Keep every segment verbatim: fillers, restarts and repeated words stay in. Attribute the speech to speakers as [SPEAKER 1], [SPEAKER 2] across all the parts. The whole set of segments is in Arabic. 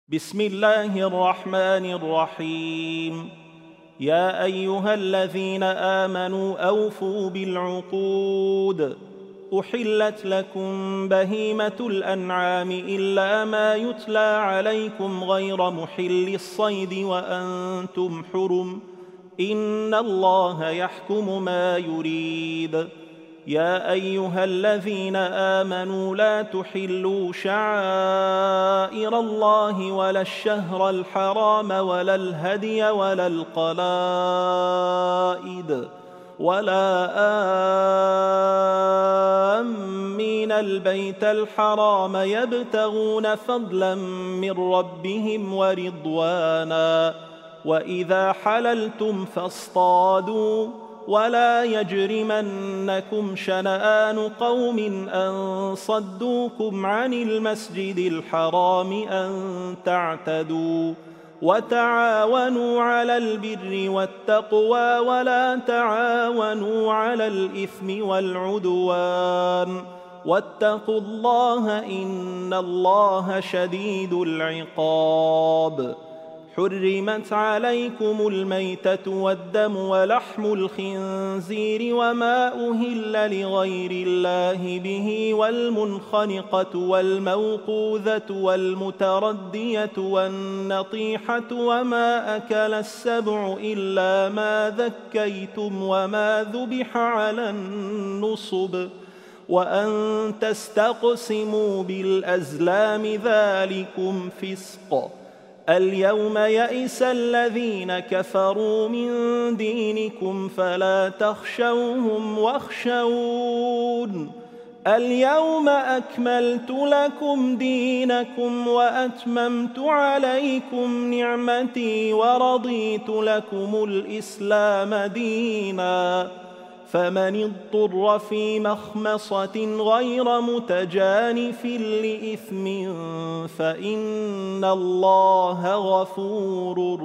[SPEAKER 1] بسم الله الرحمن الرحيم. يا أيها الذين آمنوا أوفوا بالعقود. أحلت لكم بهيمة الأنعام إلا ما يتلى عليكم غير محل الصيد وأنتم حرم، إن الله يحكم ما يريد. يا أيها الذين آمنوا لا تحلوا شعائر الله ولا الشهر الحرام ولا الهدي ولا القلائد ولا آمين البيت الحرام يبتغون فضلا من ربهم ورضوانا، وإذا حللتم فاصطادوا، ولا يجرمنكم شنآن قوم أن صدوكم عن المسجد الحرام أن تعتدوا، وتعاونوا على البر والتقوى ولا تعاونوا على الإثم والعدوان، واتقوا الله إن الله شديد العقاب. حرمت عليكم الميتة والدم ولحم الخنزير وما أهل لغير الله به، والمنخنقة والموقوذة والمتردية والنطيحة وما أكل السبع إلا ما ذكيتم وما ذبح على النصب، وأن تستقسموا بالأزلام ذلكم فسق. اليوم يئس الذين كفروا من دينكم فلا تخشوهم واخشون. اليوم أكملت لكم دينكم وأتممت عليكم نعمتي ورضيت لكم الإسلام دينا، فمن اضطر في مخمصة غير متجانف لإثم فإن الله غفور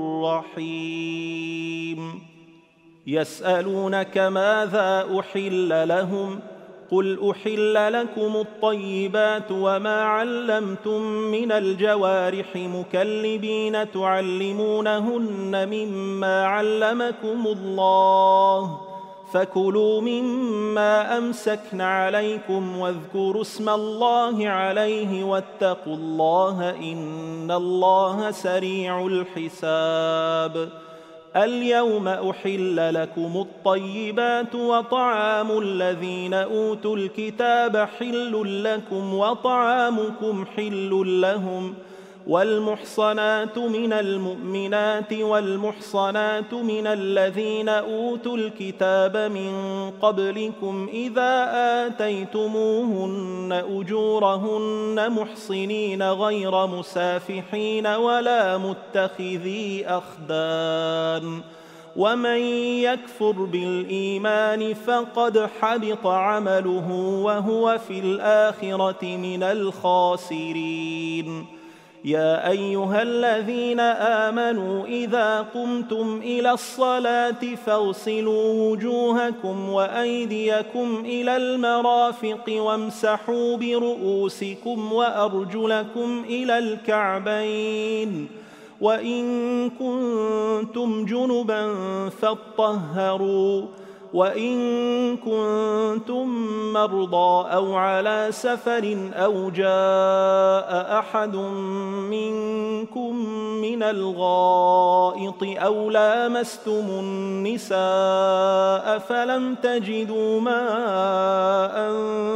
[SPEAKER 1] رحيم. يسألونك ماذا أحل لهم؟ قل أحل لكم الطيبات وما علمتم من الجوارح مكلبين تعلمونهن مما علمكم الله، فكلوا مما أمسكن عليكم واذكروا اسم الله عليه واتقوا الله إن الله سريع الحساب. اليوم أحل لكم الطيبات وطعام الذين أوتوا الكتاب حل لكم وطعامكم حل لهم، والمحصنات من المؤمنات والمحصنات من الذين أوتوا الكتاب من قبلكم إذا آتيتموهن أجورهن محصنين غير مسافحين ولا متخذي أخدان، ومن يكفر بالإيمان فقد حبط عمله وهو في الآخرة من الخاسرين. يا أيها الذين آمنوا إذا قمتم إلى الصلاة فاغسلوا وجوهكم وأيديكم إلى المرافق وامسحوا برؤوسكم وأرجلكم إلى الكعبين، وإن كنتم جنبا فاطهروا، وإن كنتم مرضى أو على سفر أو جاء أحد منكم من الغائط أو لامستم النساء فلم تجدوا ماء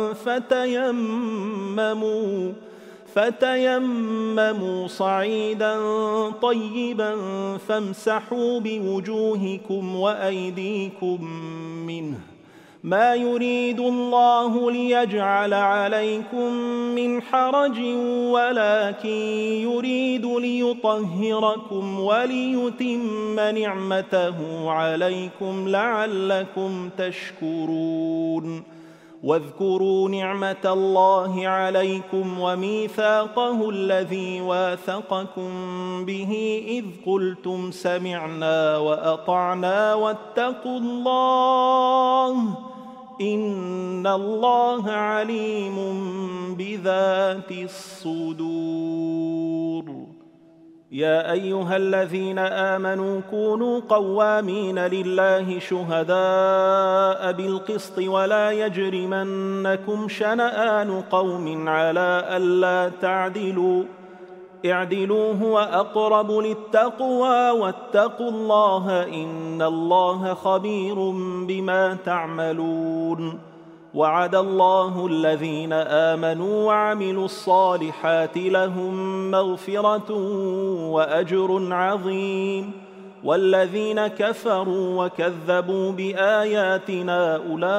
[SPEAKER 1] فتيمموا فتيمموا صعيدا طيبا فامسحوا بوجوهكم وأيديكم منه، ما يريد الله ليجعل عليكم من حرج ولكن يريد ليطهركم وليتم نعمته عليكم لعلكم تشكرون. واذكروا نعمة الله عليكم وميثاقه الذي واثقكم به إذ قلتم سمعنا وأطعنا واتقوا الله إن الله عليم بذات الصدور. يا أيها الذين آمنوا كونوا قوامين لله شهداء بالقسط ولا يجرمنكم شنآن قوم على ألا تعدلوا اعدلوا هو أقرب للتقوى واتقوا الله إن الله خبير بما تعملون وعد الله الذين آمنوا وعملوا الصالحات لهم مغفرة وأجر عظيم والذين كفروا وكذبوا بآياتنا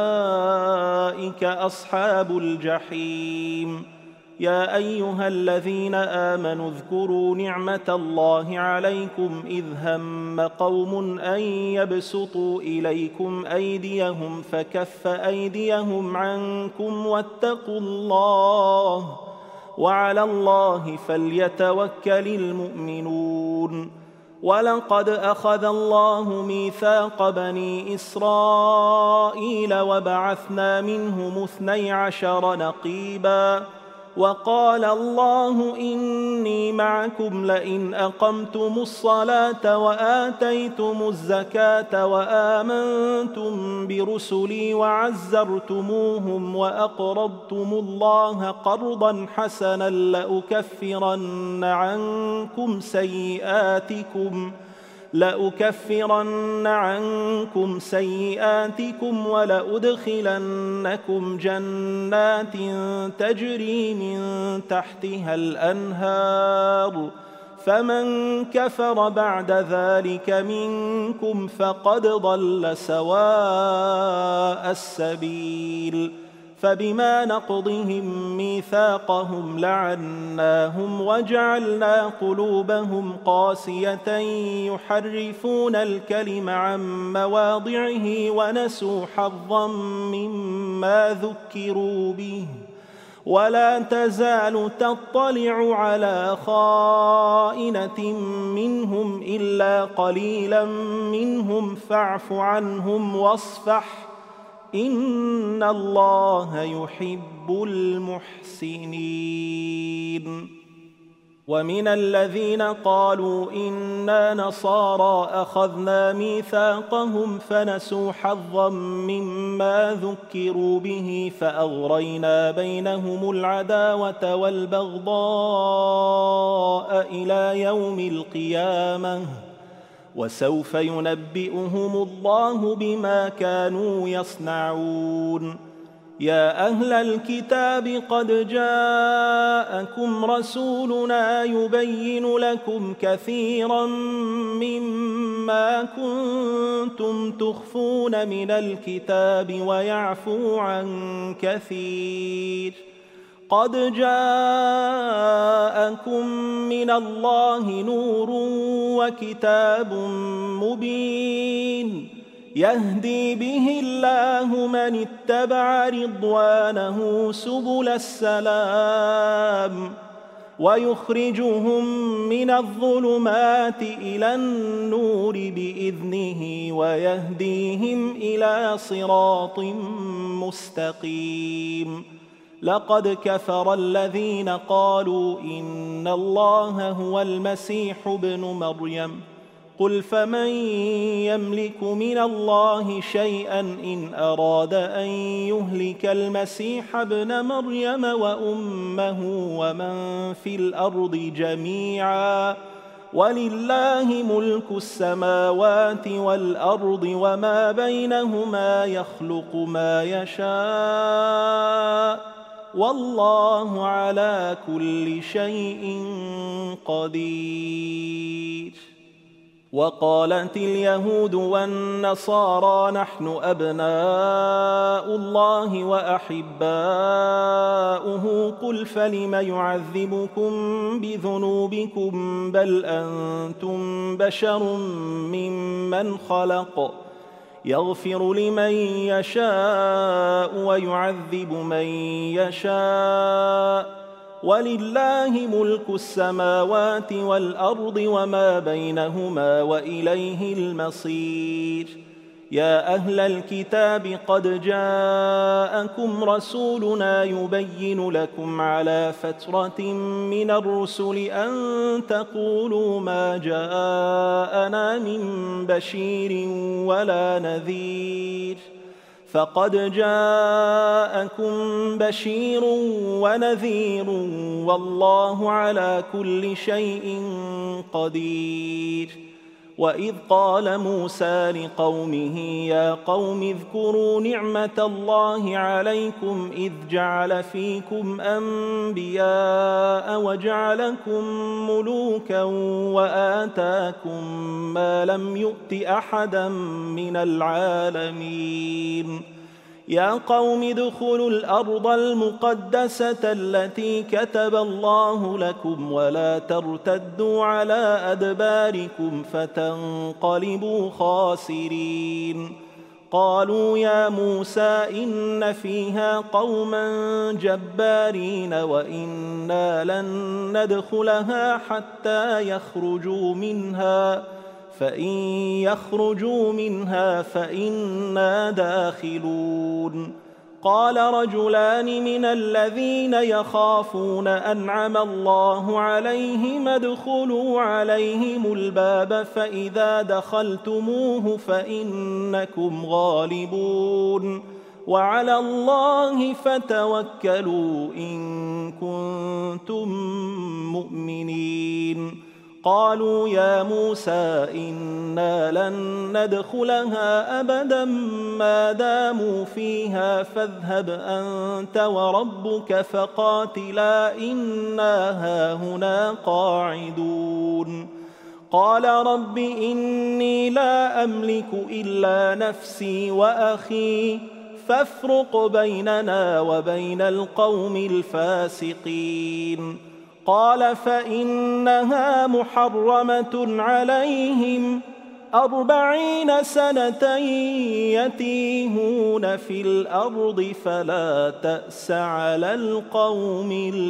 [SPEAKER 1] أولئك أصحاب الجحيم يا أيها الذين آمنوا اذكروا نعمة الله عليكم إذ هم قوم أن يبسطوا إليكم أيديهم فكف أيديهم عنكم واتقوا الله وعلى الله فليتوكل المؤمنون ولقد أخذ الله ميثاق بني إسرائيل وبعثنا منهم اثني عشر نقيباً وقال الله إني معكم لئن أقمتم الصلاة وآتيتم الزكاة وآمنتم برسلي وعزرتموهم وأقرضتم الله قرضا حسنا لأكفرن عنكم سيئاتكم لأكفرن عنكم سيئاتكم ولأدخلنكم جنات تجري من تحتها الأنهار فمن كفر بعد ذلك منكم فقد ضل سواء السبيل فبما نقضهم ميثاقهم لعناهم وجعلنا قلوبهم قاسية يحرفون الكلم عن مواضعه ونسوا حظا مما ذكروا به ولا تزال تطلع على خائنة منهم إلا قليلا منهم فاعف عنهم واصفح إن الله يحب المحسنين ومن الذين قالوا إنا نصارى أخذنا ميثاقهم فنسوا حظا مما ذكروا به فأغرينا بينهم العداوة والبغضاء إلى يوم القيامة وسوف ينبئهم الله بما كانوا يصنعون يا أهل الكتاب قد جاءكم رسولنا يبين لكم كثيرا مما كنتم تخفون من الكتاب ويعفو عن كثير قد جاءكم من الله نور وكتاب مبين يهدي به الله من اتبع رضوانه سبل السلام ويخرجهم من الظلمات إلى النور بإذنه ويهديهم إلى صراط مستقيم لقد كفر الذين قالوا إن الله هو المسيح ابن مريم قل فمن يملك من الله شيئا إن أراد أن يهلك المسيح ابن مريم وأمه ومن في الأرض جميعا ولله ملك السماوات والأرض وما بينهما يخلق ما يشاء والله على كل شيء قدير وقالت اليهود والنصارى نحن أبناء الله وأحباؤه قل فلم يعذبكم بذنوبكم بل أنتم بشر ممن خلق يغفر لمن يشاء ويعذب من يشاء ولله ملك السماوات والأرض وما بينهما وإليه المصير يا أهل الكتاب قد جاءكم رسولنا يبين لكم على فترة من الرسل أن تقولوا ما جاءنا من بشير ولا نذير فقد جاءكم بشير ونذير والله على كل شيء قدير. وإذ قال موسى لقومه يا قوم اذكروا نعمة الله عليكم إذ جعل فيكم أنبياء وجعلكم ملوكا وآتاكم ما لم يؤت أحدا من العالمين. يا قوم ادخلوا الأرض المقدسة التي كتب الله لكم ولا ترتدوا على أدباركم فتنقلبوا خاسرين. قالوا يا موسى إن فيها قوما جبارين وإنا لن ندخلها حتى يخرجوا منها فإن يخرجوا منها فإنا داخلون. قال رجلان من الذين يخافون أنعم الله عليهم ادخلوا عليهم الباب فإذا دخلتموه فإنكم غالبون وعلى الله فتوكلوا إن كنتم مؤمنين. قالوا يا موسى إنا لن ندخلها أبدا ما داموا فيها فاذهب أنت وربك فقاتلا إنا هاهنا قاعدون. قال رب إني لا أملك إلا نفسي وأخي فافرق بيننا وبين القوم الفاسقين. قال فإنها محرمة عليهم أربعين سنة يتيهون في الأرض فلا تأس على القوم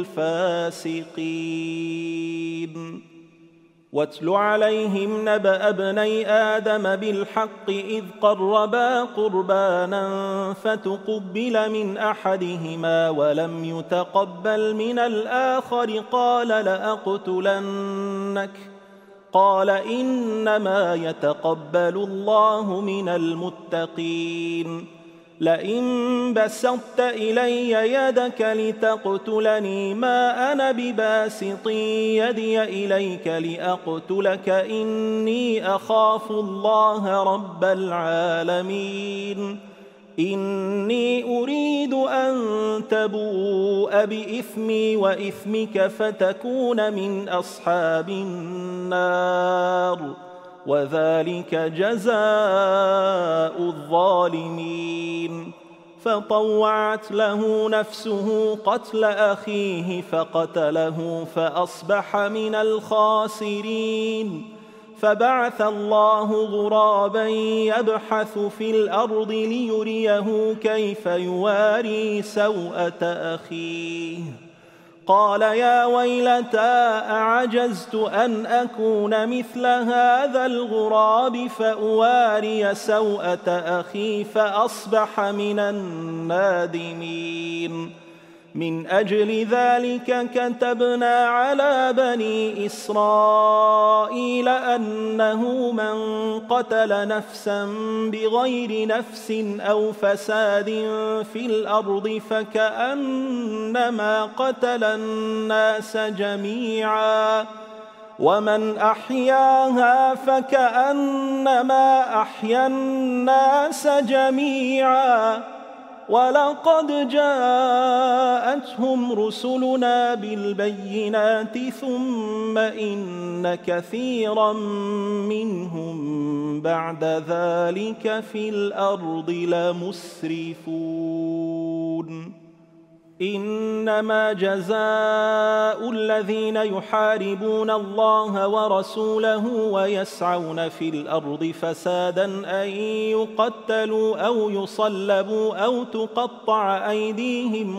[SPEAKER 1] الفاسقين. واتل عليهم نبأ ابني آدم بالحق إذ قربا قربانا فتقبل من أحدهما ولم يتقبل من الآخر قال لأقتلنك قال إنما يتقبل الله من المتقين. لئن بسطت إلي يدك لتقتلني ما أنا بباسط يدي إليك لأقتلك إني أخاف الله رب العالمين. إني أريد أن تبوء بإثمي وإثمك فتكون من أصحاب النار وذلك جزاء الظالمين. فطوعت له نفسه قتل أخيه فقتله فأصبح من الخاسرين. فبعث الله غرابا يبحث في الأرض ليريه كيف يواري سوءة أخيه قال يا ويلتى أعجزت أن أكون مثل هذا الغراب فأواري سوءة أخي فأصبح من النادمين. من أجل ذلك كتبنا على بني إسرائيل أنه من قتل نفسا بغير نفس أو فساد في الأرض فكأنما قتل الناس جميعا ومن أحياها فكأنما أحيا الناس جميعا ولقد جاءتهم رسلنا بالبينات ثم إن كثيرا منهم بعد ذلك في الأرض لمسرفون. إنما جزاء الذين يحاربون الله ورسوله ويسعون في الأرض فسادا أن يقتلوا أو يصلبوا أو تقطع أيديهم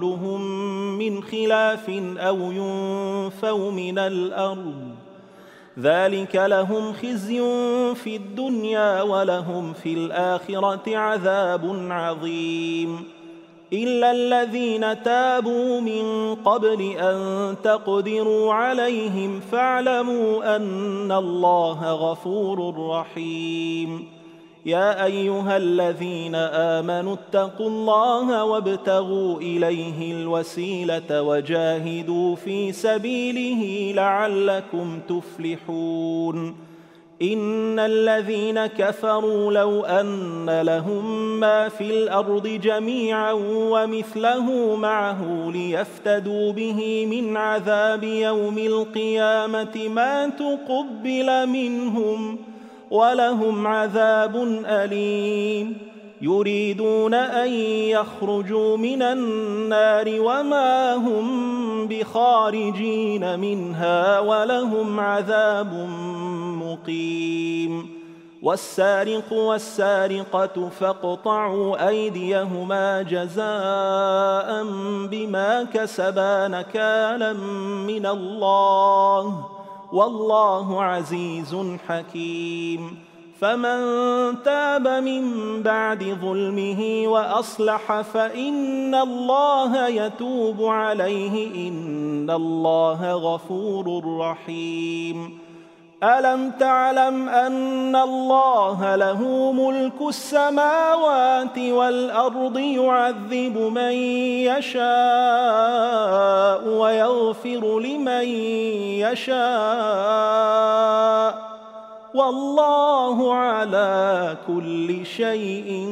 [SPEAKER 1] وأرجلهم من خلاف أو ينفوا من الأرض ذلك لهم خزي في الدنيا ولهم في الآخرة عذاب عظيم إلا الذين تابوا من قبل أن تقدروا عليهم فاعلموا أن الله غفور رحيم يا أيها الذين آمنوا اتقوا الله وابتغوا إليه الوسيلة وجاهدوا في سبيله لعلكم تفلحون إن الذين كفروا لو أن لهم ما في الأرض جميعا ومثله معه ليفتدوا به من عذاب يوم القيامة ما تقبل منهم ولهم عذاب أليم يريدون أن يخرجوا من النار وما هم بخارجين منها ولهم عذاب مقيم والسارق والسارقة فاقطعوا أيديهما جزاء بما كسبا نكالا من الله والله عزيز حكيم فمن تاب من بعد ظلمه وأصلح فإن الله يتوب عليه إن الله غفور رحيم ألم تعلم أن الله له ملك السماوات والأرض يعذب من يشاء ويغفر لمن يشاء والله على كل شيء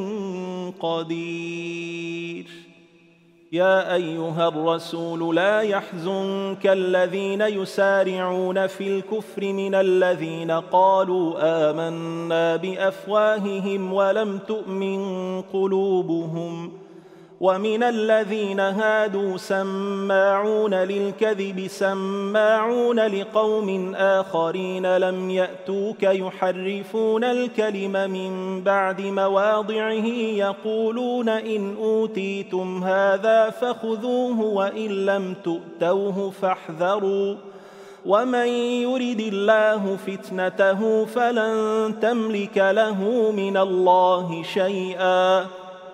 [SPEAKER 1] قدير يا أيها الرسول لا يحزنك الذين يسارعون في الكفر من الذين قالوا آمنا بأفواههم ولم تؤمن قلوبهم ومن الذين هادوا سماعون للكذب سماعون لقوم آخرين لم يأتوك يحرفون الكلم من بعد مواضعه يقولون إن أوتيتم هذا فخذوه وإن لم تؤتوه فاحذروا ومن يرد الله فتنته فلن تملك له من الله شيئا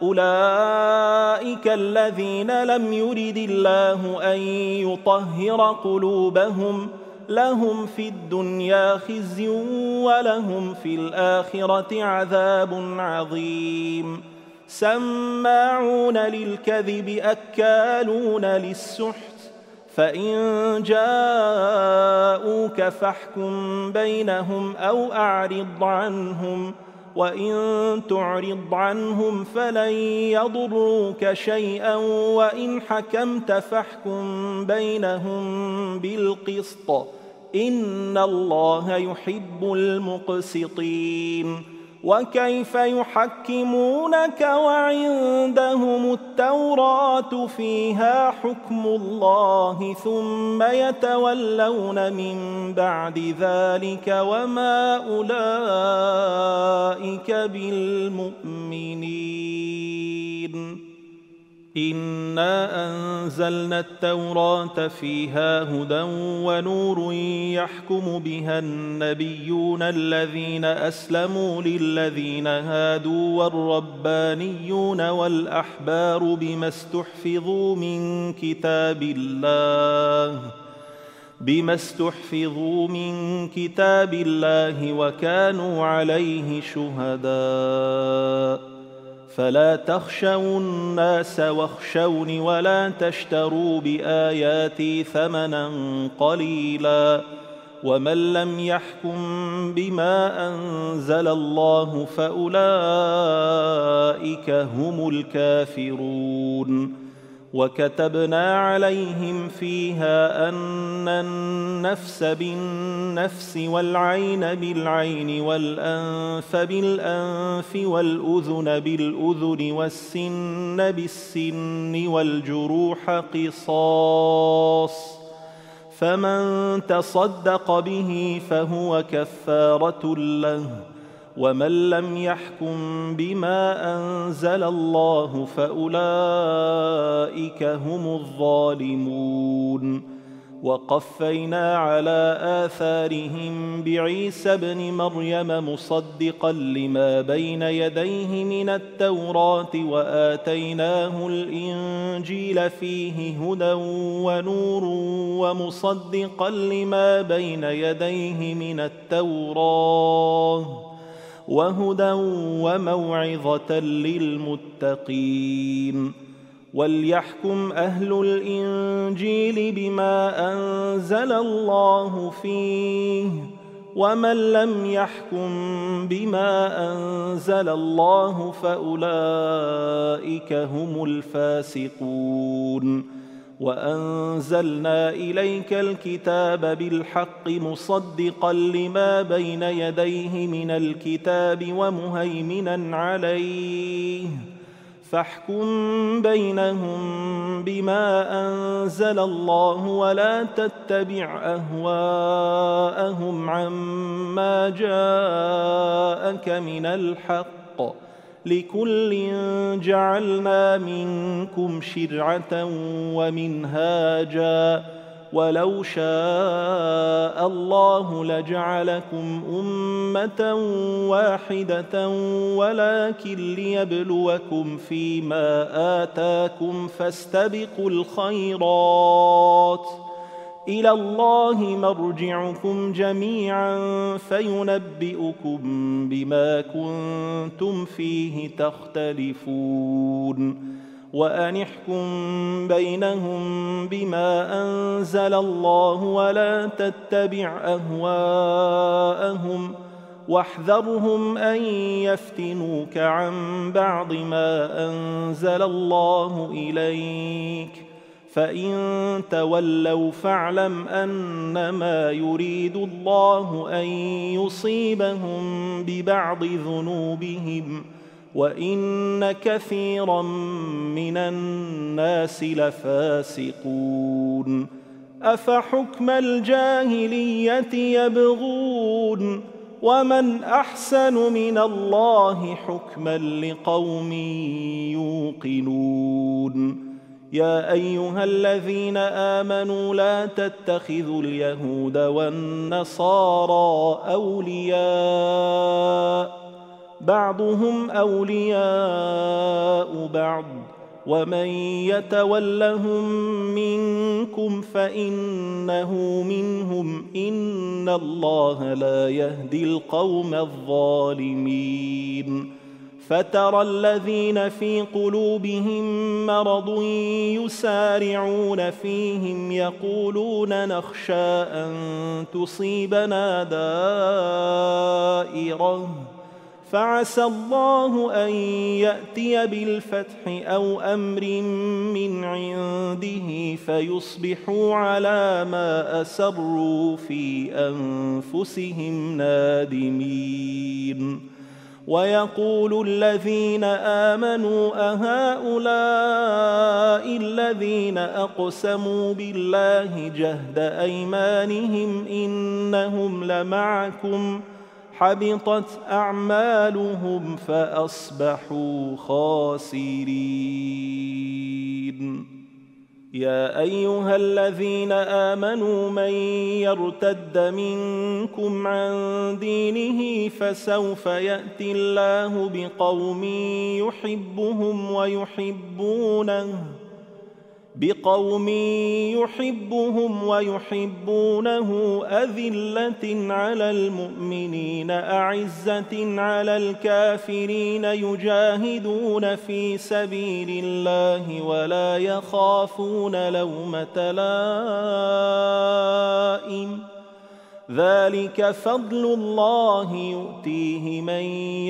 [SPEAKER 1] أولئك الذين لم يرد الله أن يطهر قلوبهم لهم في الدنيا خزي ولهم في الآخرة عذاب عظيم سماعون للكذب أكالون للسحت فإن جاءوك فاحكم بينهم أو أعرض عنهم وإن تعرض عنهم فلن يضروك شيئا وإن حكمت فاحكم بينهم بالقسط إن الله يحب المقسطين وكيف يحكمونك وعندهم التوراة فيها حكم الله ثم يتولون من بعد ذلك وما أولئك بالمؤمنين إنا أنزلنا التوراة فيها هدى ونور يحكم بها النبيون الذين أسلموا للذين هادوا والربانيون والأحبار بما استحفظوا من كتاب الله بما استحفظوا من كتاب الله وكانوا عليه شهداء فلا تخشوا الناس واخشوني ولا تشتروا بآياتي ثمنا قليلا ومن لم يحكم بما أنزل الله فأولئك هم الكافرون وكتبنا عليهم فيها أن النفس بالنفس والعين بالعين والأنف بالأنف والأذن بالأذن والسن بالسن والجروح قصاص فمن تصدق به فهو كفارة له ومن لم يحكم بما أنزل الله فأولئك هم الظالمون وقفينا على آثارهم بعيسى ابن مريم مصدقا لما بين يديه من التوراة وآتيناه الإنجيل فيه هدى ونور ومصدقا لما بين يديه من التوراة وهدى وموعظة للمتقين. وليحكم أهل الإنجيل بما أنزل الله فيه، ومن لم يحكم بما أنزل الله فأولئك هم الفاسقون. وأنزلنا إليك الكتاب بالحق مصدقا لما بين يديه من الكتاب ومهيمنا عليه، فاحكم بينهم بما أنزل الله ولا تتبع أهواءهم عما جاءك من الحق، لكل جعلنا منكم شرعة ومنهاجا، ولو شاء الله لجعلكم أمة واحدة ولكن ليبلوكم فيما آتاكم فاستبقوا الخيرات، إلى الله مرجعكم جميعا فينبئكم بما كنتم فيه تختلفون. وأن احكم بينهم بما أنزل الله ولا تتبع أهواءهم، واحذرهم أن يفتنوك عن بعض ما أنزل الله إليك، فإن تولوا فاعلم أنما يريد الله أن يصيبهم ببعض ذنوبهم، وإن كثيرا من الناس لفاسقون. أفحكم الجاهلية يبغون، ومن أحسن من الله حكما لقوم يوقنون. يا أيها الذين آمنوا لا تتخذوا اليهود والنصارى أولياء، بعضهم أولياء بعض، ومن يتولهم منكم فإنه منهم، إن الله لا يهدي القوم الظالمين. فترى الذين في قلوبهم مرض يسارعون فيهم يقولون نخشى أن تصيبنا دائرة، فعسى الله أن يأتي بالفتح أو أمر من عنده فيصبحوا على ما أسروا في أنفسهم نادمين. ويقول الذين آمنوا أهؤلاء الذين أقسموا بالله جهد أيمانهم إنهم لمعكم، حبطت أعمالهم فأصبحوا خاسرين. يا أيها الذين آمنوا من يرتد منكم عن دينه فسوف يأتي الله بقوم يحبهم ويحبونه بقوم يحبهم ويحبونه أذلة على المؤمنين أعزة على الكافرين يجاهدون في سبيل الله ولا يخافون لومة لائم، ذلك فضل الله يؤتيه من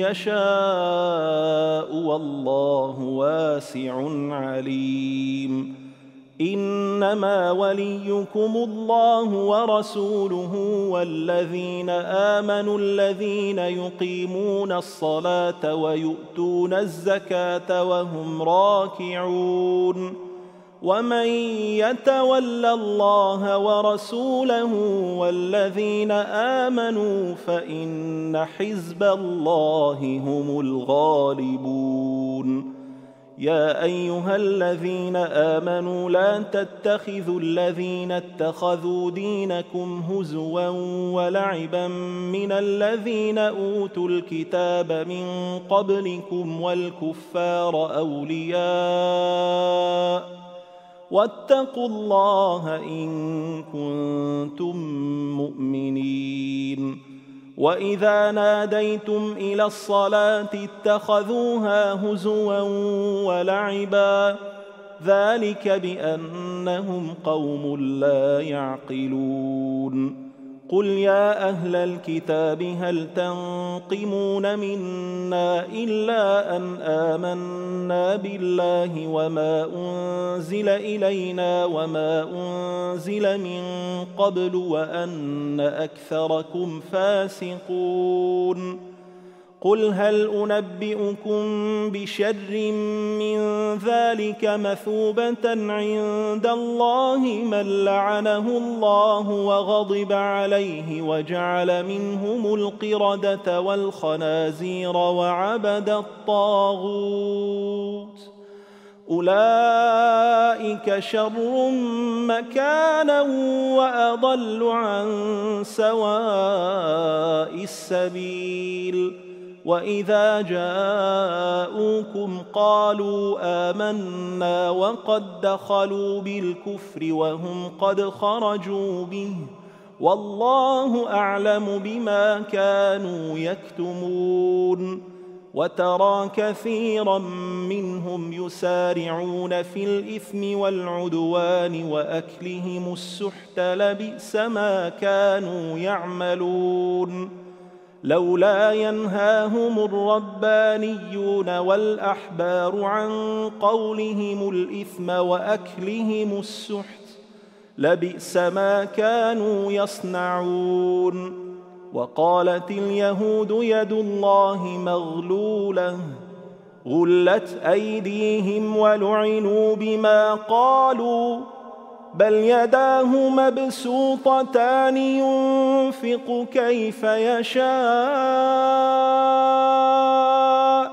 [SPEAKER 1] يشاء والله واسع عليم. إنما وليكم الله ورسوله والذين آمنوا الذين يقيمون الصلاة ويؤتون الزكاة وهم راكعون. ومن يتول الله ورسوله والذين آمنوا فإن حزب الله هم الغالبون. يا أيها الذين آمنوا لا تتخذوا الذين اتخذوا دينكم هزوا ولعبا من الذين أوتوا الكتاب من قبلكم والكفار أولياء واتقوا الله إن كنتم مؤمنين. وإذا ناديتم إلى الصلاة اتخذوها هزوا ولعبا ذلك بأنهم قوم لا يعقلون. قل يا أهل الكتاب هل تنقمون منا إلا أن آمنا بالله وما أنزل إلينا وما أنزل من قبل وأن أكثركم فاسقون. قل هل أنبئكم بشر من ذلك مثوبة عند الله من لعنه الله وغضب عليه وجعل منهم القردة والخنازير وعبد الطاغوت أولئك شر مكانا وأضل عن سواء السبيل. وإذا جاءوكم قالوا آمنا وقد دخلوا بالكفر وهم قد خرجوا به والله أعلم بما كانوا يكتمون. وترى كثيرا منهم يسارعون في الإثم والعدوان وأكلهم السحت لبئس ما كانوا يعملون. لولا ينهاهم الربانيون والأحبار عن قولهم الإثم وأكلهم السحت لبئس ما كانوا يصنعون. وقالت اليهود يد الله مغلولة غلت أيديهم ولعنوا بما قالوا بل يداه مبسوطتان ينفق كيف يشاء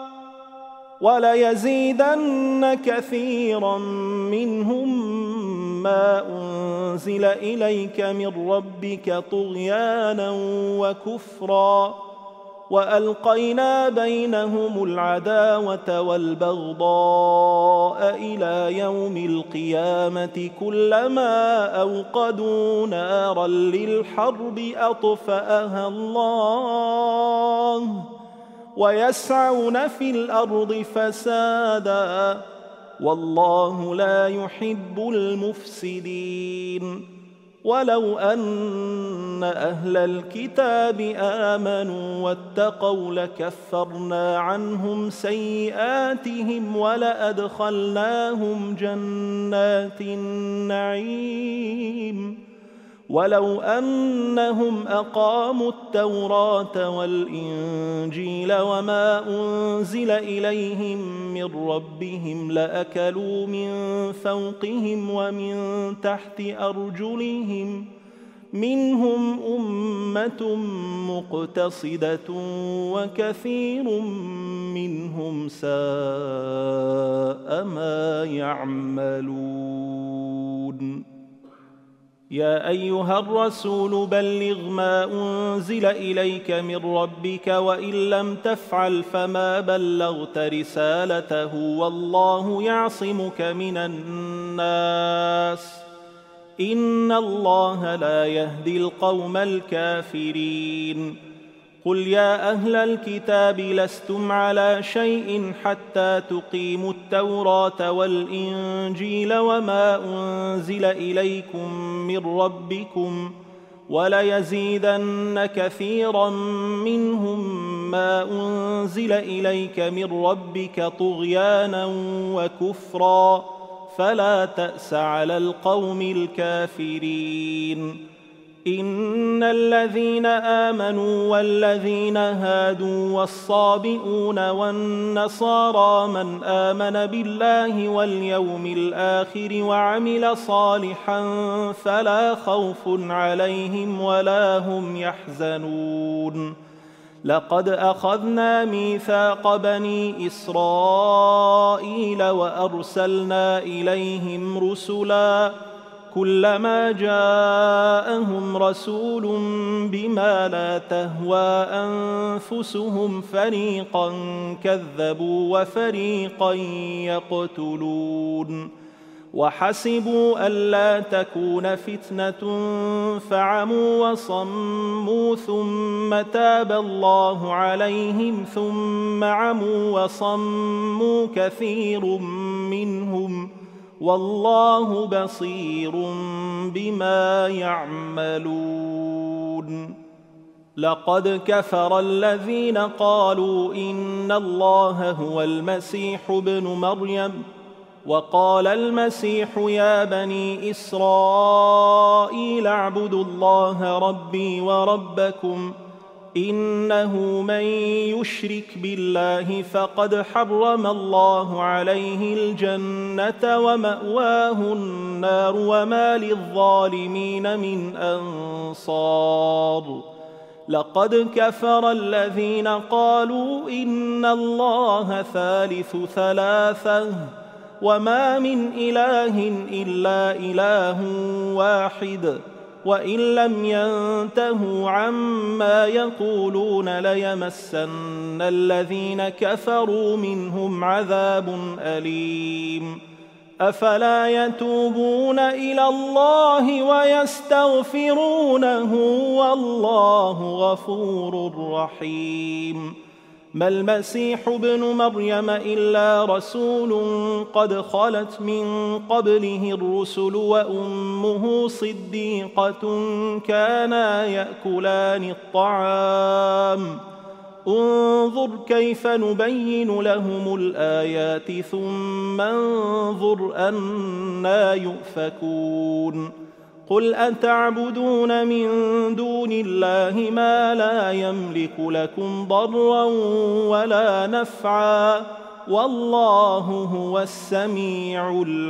[SPEAKER 1] وليزيدن كثيرا منهم ما أنزل إليك من ربك طغيانا وكفرا وألقينا بينهم العداوة والبغضاء إلى يوم القيامة كلما أوقدوا نارا للحرب أطفأها الله ويسعون في الأرض فسادا والله لا يحب المفسدين. ولو أن أهل الكتاب آمنوا واتقوا لكفرنا عنهم سيئاتهم ولأدخلناهم جنات النعيم ولو أنهم أقاموا التوراة والإنجيل وما أنزل إليهم من ربهم لأكلوا من فوقهم ومن تحت أرجلهم منهم أمة مقتصدة وكثير منهم ساء ما يعملون. يا أيها الرسول بلغ ما أنزل إليك من ربك وإن لم تفعل فما بلغت رسالته والله يعصمك من الناس إن الله لا يهدي القوم الكافرين. قل يا أهل الكتاب لستم على شيء حتى تقيموا التوراة والإنجيل وما أنزل إليكم من ربكم وليزيدن كثيرا منهم ما أنزل إليك من ربك طغيانا وكفرا فلا تأس على القوم الكافرين. إن الذين آمنوا والذين هادوا والصابئون والنصارى من آمن بالله واليوم الآخر وعمل صالحا فلا خوف عليهم ولا هم يحزنون لقد أخذنا ميثاق بني إسرائيل وأرسلنا إليهم رسلا كلما جاءهم رسول بما لا تهوى أنفسهم فريقا كذبوا وفريقا يقتلون وحسبوا ألا تكون فتنة فعموا وصموا ثم تاب الله عليهم ثم عموا وصموا كثير منهم والله بصير بما يعملون. لقد كفر الذين قالوا إن الله هو المسيح ابن مريم وقال المسيح يا بني إسرائيل اعبدوا الله ربي وربكم إنه من يشرك بالله فقد حرم الله عليه الجنة ومأواه النار وما للظالمين من أنصار. لقد كفر الذين قالوا إن الله ثالث ثلاثة وما من إله إلا إله واحد وإن لم ينتهوا عما يقولون ليمسن الذين كفروا منهم عذاب أليم. أفلا يتوبون إلى الله ويستغفرونه والله غفور رحيم. ما المسيح ابن مريم إلا رسول قد خلت من قبله الرسل وأمه صديقة كانا يأكلان الطعام انظر كيف نبين لهم الآيات ثم انظر أنى يؤفكون. قل أتعبدون من دون الله ما لا يملك لكم ضرا ولا نفعا والله هو السميع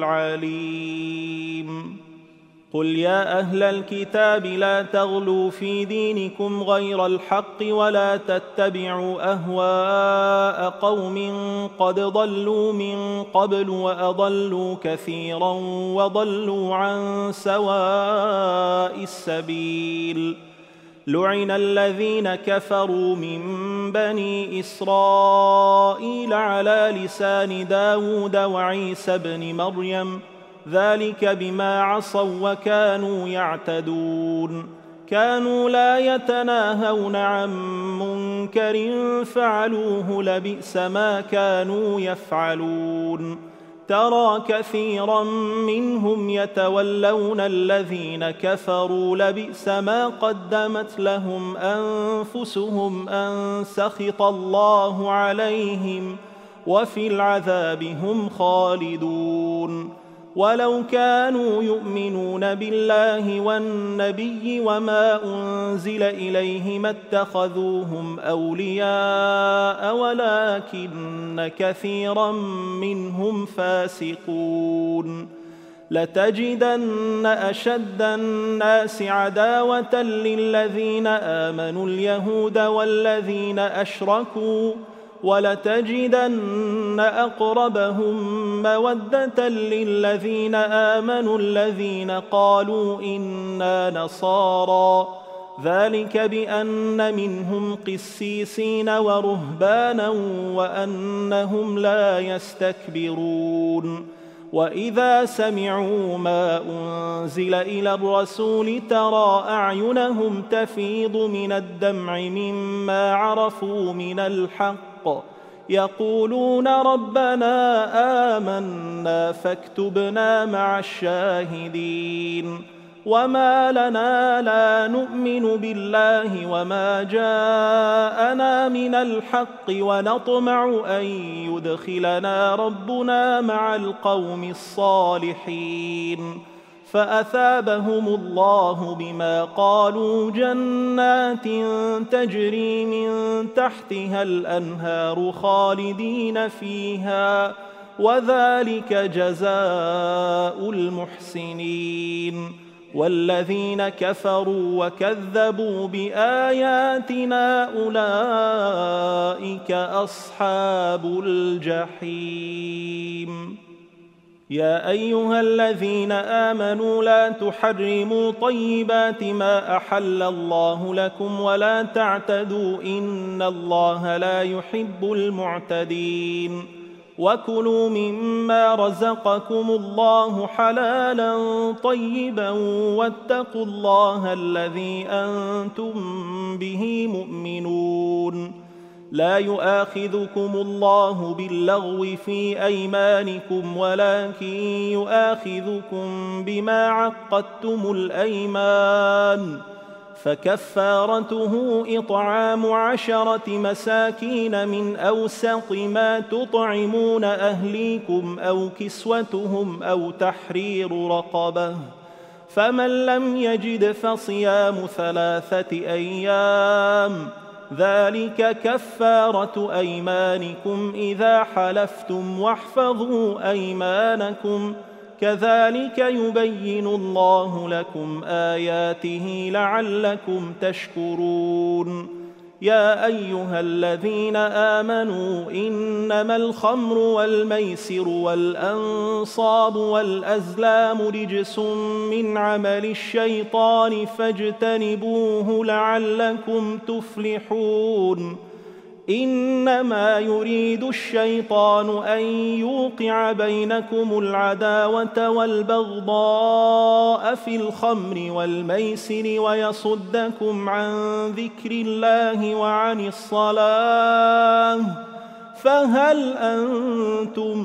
[SPEAKER 1] العليم. قل يا أهل الكتاب لا تغلوا في دينكم غير الحق ولا تتبعوا أهواء قوم قد ضلوا من قبل وأضلوا كثيرا وضلوا عن سواء السبيل. لعن الذين كفروا من بني إسرائيل على لسان داود وعيسى بن مريم ذلك بما عصوا وكانوا يعتدون. كانوا لا يتناهون عن منكر فعلوه لبئس ما كانوا يفعلون. ترى كثيرا منهم يتولون الذين كفروا لبئس ما قدمت لهم أنفسهم أن سخط الله عليهم وفي العذاب هم خالدون. ولو كانوا يؤمنون بالله والنبي وما أنزل إليه ما اتخذوهم أولياء ولكن كثيرا منهم فاسقون. لتجدن أشد الناس عداوة للذين آمنوا اليهود والذين أشركوا ولتجدن أقربهم مودة للذين آمنوا الذين قالوا إنا نصارى ذلك بأن منهم قسيسين ورهبانا وأنهم لا يستكبرون. وإذا سمعوا ما أنزل إلى الرسول ترى أعينهم تفيض من الدمع مما عرفوا من الحق يقولون ربنا آمنا فاكتبنا مع الشاهدين. وما لنا لا نؤمن بالله وما جاءنا من الحق ونطمع أن يدخلنا ربنا مع القوم الصالحين. فأثابهم الله بما قالوا جنات تجري من تحتها الأنهار خالدين فيها وذلك جزاء المحسنين. والذين كفروا وكذبوا بآياتنا أولئك أصحاب الجحيم. يا أيها الذين آمنوا لا تحرموا طيبات ما أحل الله لكم ولا تعتدوا إن الله لا يحب المعتدين. وكلوا مما رزقكم الله حلالا طيبا واتقوا الله الذي أنتم به مؤمنون. لا يؤاخذكم الله باللغو في أيمانكم ولكن يؤاخذكم بما عقدتم الأيمان، فكفارته إطعام عشرة مساكين من أوسط ما تطعمون أهليكم أو كسوتهم أو تحرير رقبة، فمن لم يجد فصيام ثلاثة أيام، ذلك كفارة أيمانكم إذا حلفتم، واحفظوا أيمانكم، كذلك يبين الله لكم آياته لعلكم تشكرون. يا أيها الذين آمنوا إنما الخمر والميسر والأنصاب والأزلام رجس من عمل الشيطان فاجتنبوه لعلكم تفلحون. إنما يريد الشيطان أن يوقع بينكم العداوة والبغضاء في الخمر والميسر ويصدكم عن ذكر الله وعن الصلاة، فهل أنتم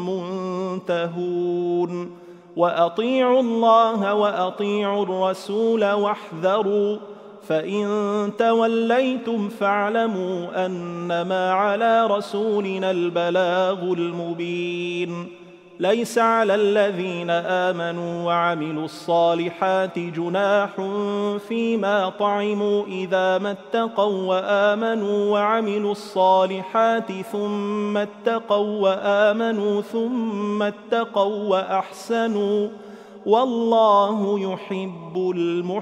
[SPEAKER 1] منتهون؟ وأطيعوا الله وأطيعوا الرسول واحذروا، فإن توليتم فاعلموا أنما على رسولنا البلاغ المبين. ليس على الذين آمنوا وعملوا الصالحات جناح فيما طعموا إذا ما اتقوا وآمنوا وعملوا الصالحات ثم اتقوا وآمنوا ثم اتقوا وأحسنوا، والله يحب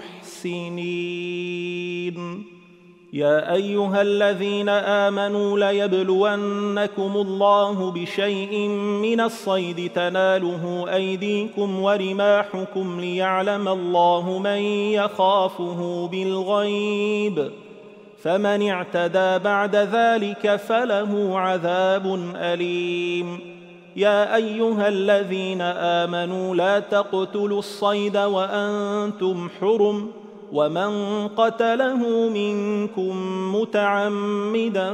[SPEAKER 1] المحسنين. يا أيها الذين آمنوا ليبلونكم الله بشيء من الصيد تناله أيديكم ورماحكم ليعلم الله من يخافه بالغيب، فمن اعتدى بعد ذلك فله عذاب أليم. يا أيها الذين آمنوا لا تقتلوا الصيد وأنتم حرم، ومن قتله منكم متعمدا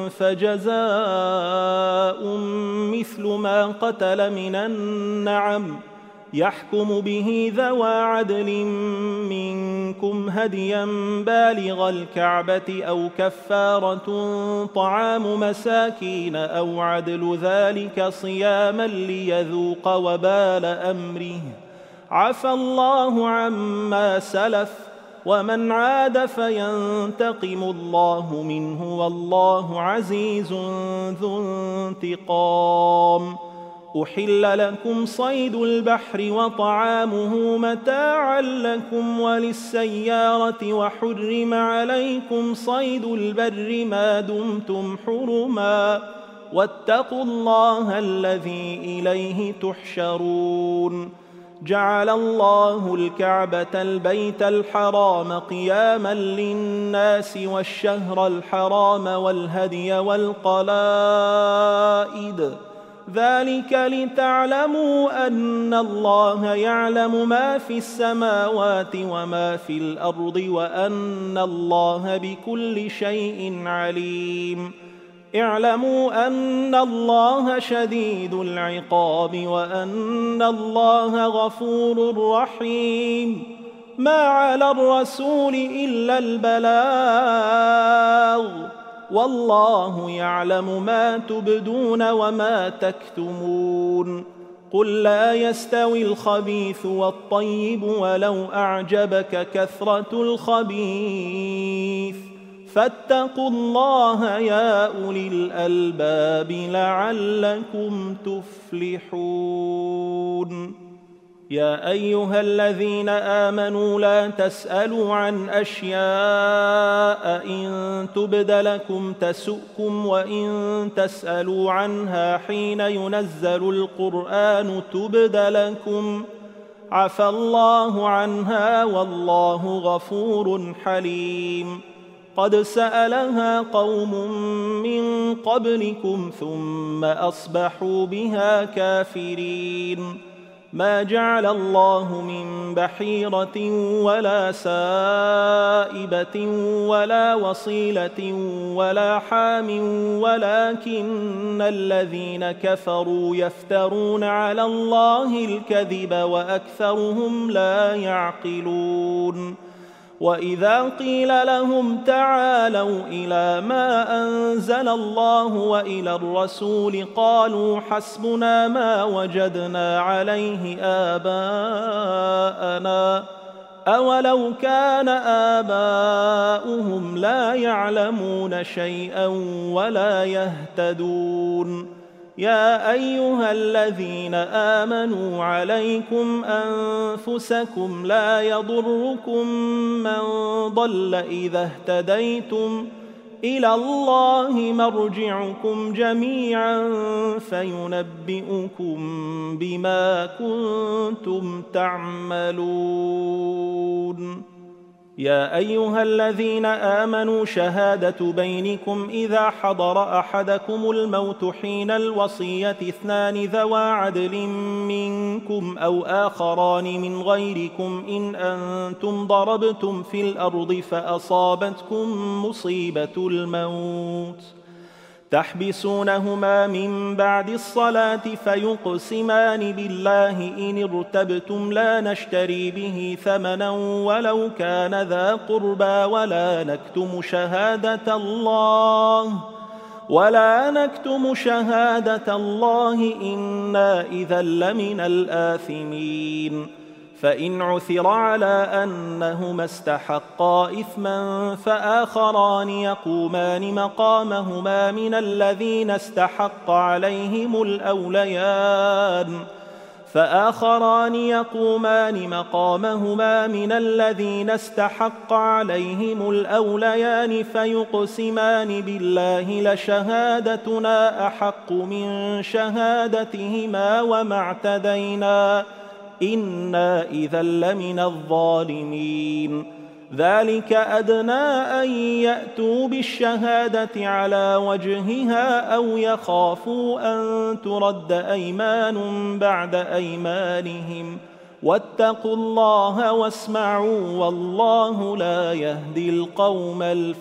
[SPEAKER 1] فجزاء مثل ما قتل من النعم، يحكم به ذوى عدل منكم هديا بالغ الكعبة أو كفارة طعام مساكين أو عدل ذلك صياما ليذوق وبال أمره، عفى الله عما سلف، ومن عاد فينتقم الله منه والله عزيز ذو انتقام. أحل لكم صيد البحر وطعامه متاعا لكم وللسيارة، وحرم عليكم صيد البر ما دمتم حرما، واتقوا الله الذي إليه تحشرون. جعل الله الكعبة البيت الحرام قياما للناس والشهر الحرام والهدي والقلائد، ذلك لتعلموا أن الله يعلم ما في السماوات وما في الأرض وأن الله بكل شيء عليم. اعلموا أن الله شديد العقاب وأن الله غفور رحيم. ما على الرسول إلا البلاغ، والله يعلم ما تبدون وما تكتمون. قل لا يستوي الخبيث والطيب ولو أعجبك كثرة الخبيث، فاتقوا الله يا أولي الألباب لعلكم تفلحون. يا أيها الذين آمنوا لا تسألوا عن أشياء إن تبد لكم تسؤكم وإن تسألوا عنها حين ينزل القرآن تبد لكم عفى الله عنها والله غفور حليم. قد سألها قوم من قبلكم ثم أصبحوا بها كافرين. ما جعل الله من بحيرة ولا سائبة ولا وصيلة ولا حام ولكن الذين كفروا يفترون على الله الكذب وأكثرهم لا يعقلون. وإذا قيل لهم تعالوا إلى ما أنزل الله وإلى الرسول قالوا حسبنا ما وجدنا عليه آباءنا أولو كان آباؤهم لا يعلمون شيئا ولا يهتدون. يا أيها الذين آمنوا عليكم أنفسكم لا يضركم من ضل إذا اهتديتم إلى الله مرجعكم جميعا فينبئكم بما كنتم تعملون. يا أيها الذين آمنوا شهادة بينكم إذا حضر أحدكم الموت حين الوصية اثنان ذوى عدل منكم أو آخران من غيركم إن أنتم ضربتم في الأرض فأصابتكم مصيبة الموت تحبسونهما من بعد الصلاة فيقسمان بالله إن ارتبتم لا نشتري به ثمنا ولو كان ذا قربى ولا نكتم شهادة الله ولا نكتم شهادة الله إنا إذا لمن الآثمين. فإن عثر على أنهما استحقا إثما فآخران يقومان مقامهما من الذين استحق عليهم الأوليان فآخران يقومان مقامهما من الذين استحق عليهم الأوليان فيقسمان بالله لشهادتنا أحق من شهادتهما وما اعتدينا إنا إذا لمن الظالمين. ذلك أدنى أن يأتوا بالشهادة على وجهها أو يخافوا أن ترد أيمان بعد أيمانهم واتقوا الله واسمعوا والله لا يهدي القوم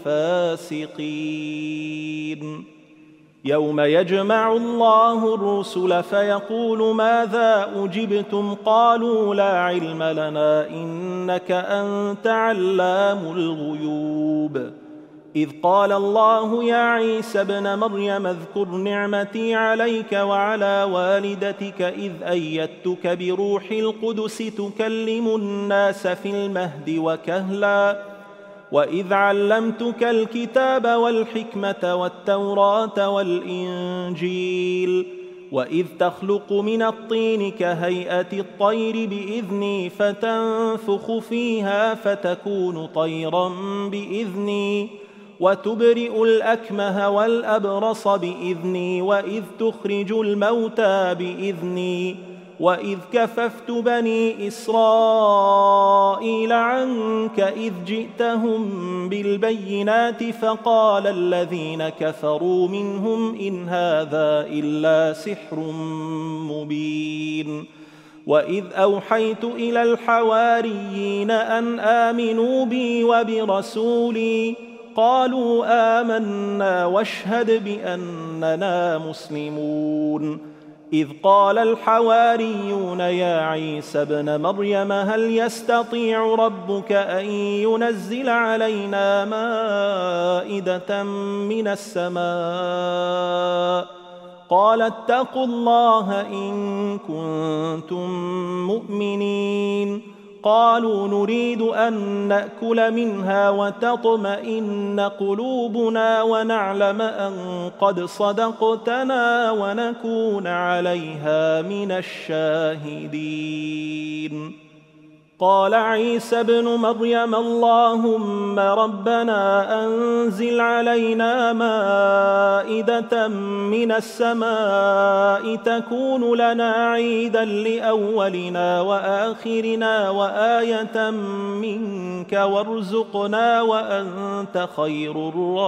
[SPEAKER 1] الفاسقين. يوم يجمع الله الرسل فيقول ماذا أجبتم قالوا لا علم لنا إنك أنت علام الغيوب. إذ قال الله يا عيسى ابن مريم اذكر نعمتي عليك وعلى والدتك إذ أيدتك بروح القدس تكلم الناس في المهد وكهلا وإذ علمتك الكتاب والحكمة والتوراة والإنجيل وإذ تخلق من الطين كهيئة الطير بإذني فتنفخ فيها فتكون طيرا بإذني وتبرئ الأكمه والأبرص بإذني وإذ تخرج الموتى بإذني وإذ كففت بني إسرائيل عنك إذ جئتهم بالبينات فقال الذين كفروا منهم إن هذا إلا سحر مبين. وإذ أوحيت إلى الحواريين أن آمنوا بي وبرسولي قالوا آمنا واشهد بأننا مسلمون. إذ قال الحواريون يا عيسى ابن مريم هل يستطيع ربك أن ينزل علينا مائدة من السماء قال اتقوا الله إن كنتم مؤمنين قالوا نريد أن نأكل منها وتطمئن قلوبنا ونعلم أن قد صدقتنا ونكون عليها من الشاهدين. قال عيسى ابن مريم اللهم ربنا أنزل علينا مائدة من السماء تكون لنا عيدا لأولنا وآخرنا وآية منك وارزقنا وأنت خير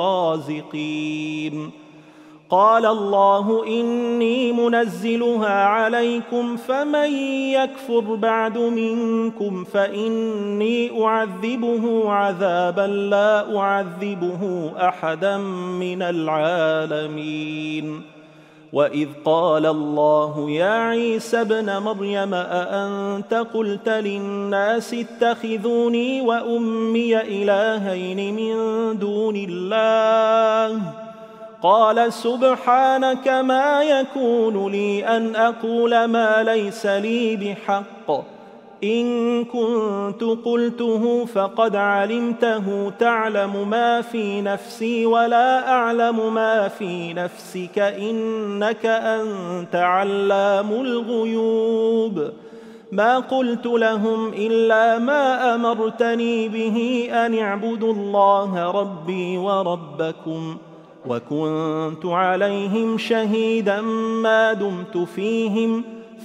[SPEAKER 1] الرازقين. قال الله إني منزلها عليكم فمن يكفر بعد منكم فإني أعذبه عذابا لا أعذبه أحدا من العالمين. وإذ قال الله يا عيسى ابن مريم أأنت قلت للناس اتخذوني وأمي إلهين من دون الله قال سبحانك ما يكون لي أن أقول ما ليس لي بحق إن كنت قلته فقد علمته تعلم ما في نفسي ولا أعلم ما في نفسك إنك أنت علام الغيوب. ما قلت لهم إلا ما أمرتني به أن اعبدوا الله ربي وربكم وكنت عليهم شهيدا ما دمت فيهم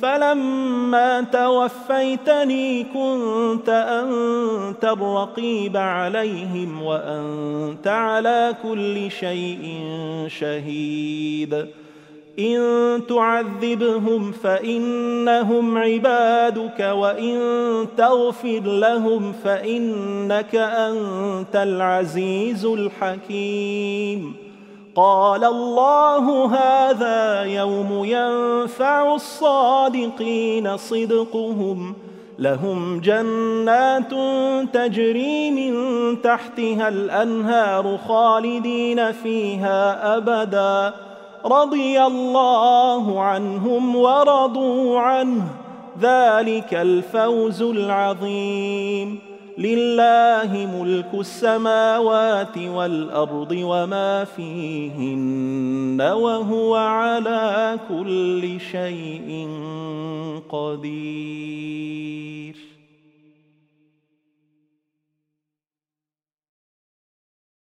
[SPEAKER 1] فلما توفيتني كنت أنت الرقيب عليهم وأنت على كل شيء شهيد. إن تعذبهم فإنهم عبادك وإن تغفر لهم فإنك أنت العزيز الحكيم. قال الله هذا يوم ينفع الصادقين صدقهم لهم جنات تجري من تحتها الأنهار خالدين فيها أبدا رضي الله عنهم ورضوا عنه ذلك الفوز العظيم. لله ملك السماوات والأرض وما فيهن وهو على كل شيء قدير.